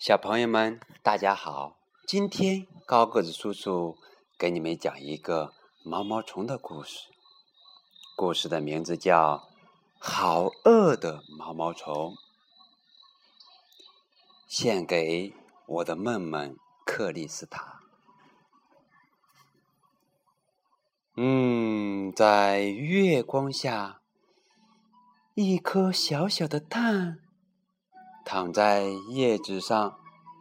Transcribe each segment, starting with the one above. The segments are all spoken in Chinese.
小朋友们，大家好！今天高个子叔叔给你们讲一个毛毛虫的故事。故事的名字叫《好饿的毛毛虫》，献给我的梦梦克里斯塔。在月光下，一颗小小的蛋躺在叶子上，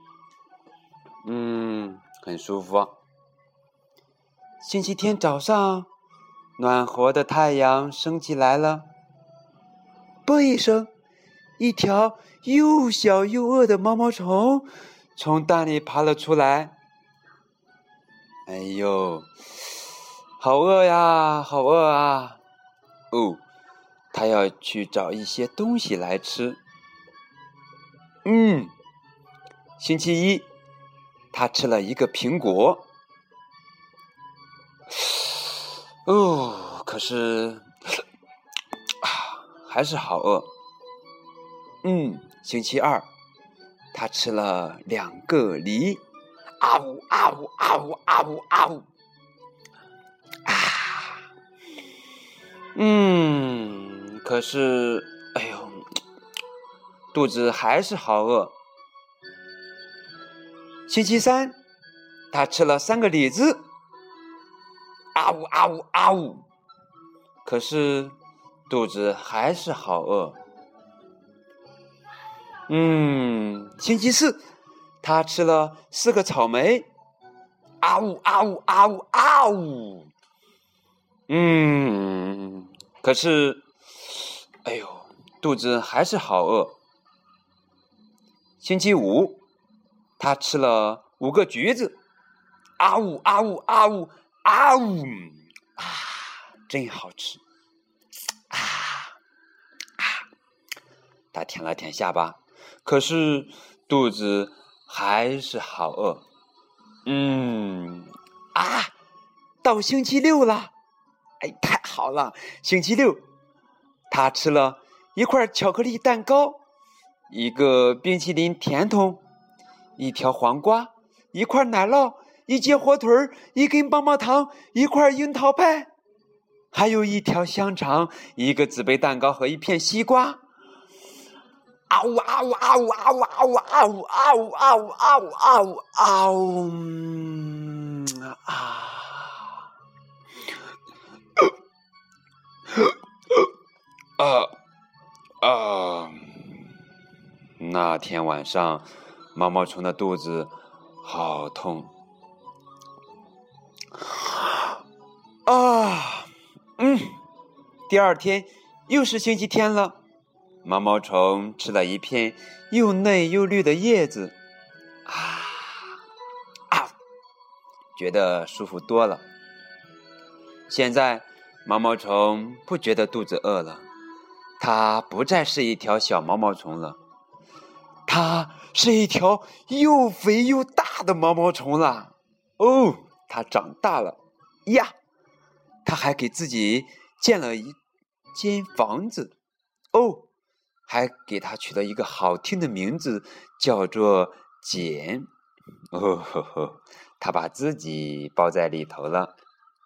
很舒服。星期天早上，暖和的太阳升起来了。啵一声，一条又小又饿的毛毛虫从蛋里爬了出来。哎呦，好饿呀，好饿啊！它要去找一些东西来吃。星期一，他吃了一个苹果。可是还是好饿。星期二，他吃了2个梨。啊呜啊呜啊呜啊呜啊呜！可是，肚子还是好饿。星期三，他吃了3个李子。啊呜啊呜啊呜！可是肚子还是好饿。星期四，他吃了4个草莓。啊呜啊呜啊呜啊呜！可是，肚子还是好饿。星期五，他吃了5个橘子。啊呜啊呜啊呜啊呜！真好吃！他舔了舔下巴，可是肚子还是好饿。到星期六了。太好了！星期六，他吃了1块巧克力蛋糕，1个冰淇淋甜筒，1条黄瓜，1块奶酪，1节火腿，1根棒棒糖，1块樱桃派，还有1条香肠，1个紫贝蛋糕和1片西瓜。啊呜啊呜啊呜啊呜啊呜啊呜啊呜啊呜啊呜啊呜啊呜！那天晚上，毛毛虫的肚子好痛。第二天又是星期天了。毛毛虫吃了1片又嫩又绿的叶子，觉得舒服多了。现在毛毛虫不觉得肚子饿了，它不再是一条小毛毛虫了，它是一条又肥又大的毛毛虫了。它长大了呀！它还给自己建了一间房子。还给它取了一个好听的名字，叫做茧。它把自己包在里头了。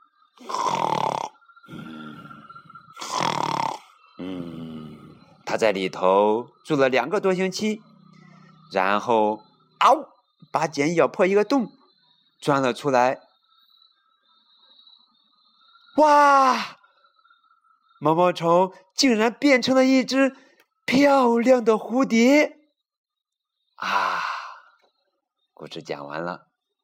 它在里头住了2个多星期，然后把茧咬破一个洞，钻了出来。哇！毛毛虫竟然变成了一只漂亮的蝴蝶。故事讲完了。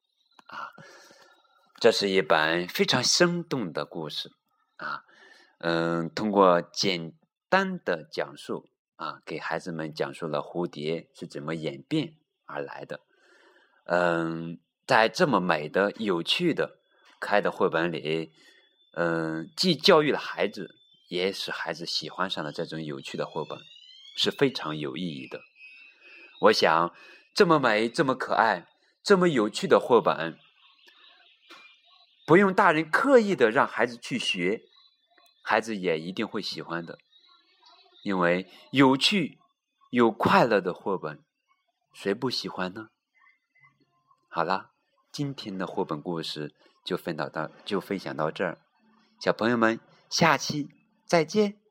这是一本非常生动的故事。通过简单的讲述给孩子们讲述了蝴蝶是怎么演变而来的。在这么美的有趣的开的绘本里，既教育了孩子，也使孩子喜欢上了这种有趣的绘本，是非常有意义的。我想这么美这么可爱这么有趣的绘本，不用大人刻意的让孩子去学，孩子也一定会喜欢的。因为有趣有快乐的绘本谁不喜欢呢？好啦，今天的绘本故事就分享到这儿，小朋友们，下期再见。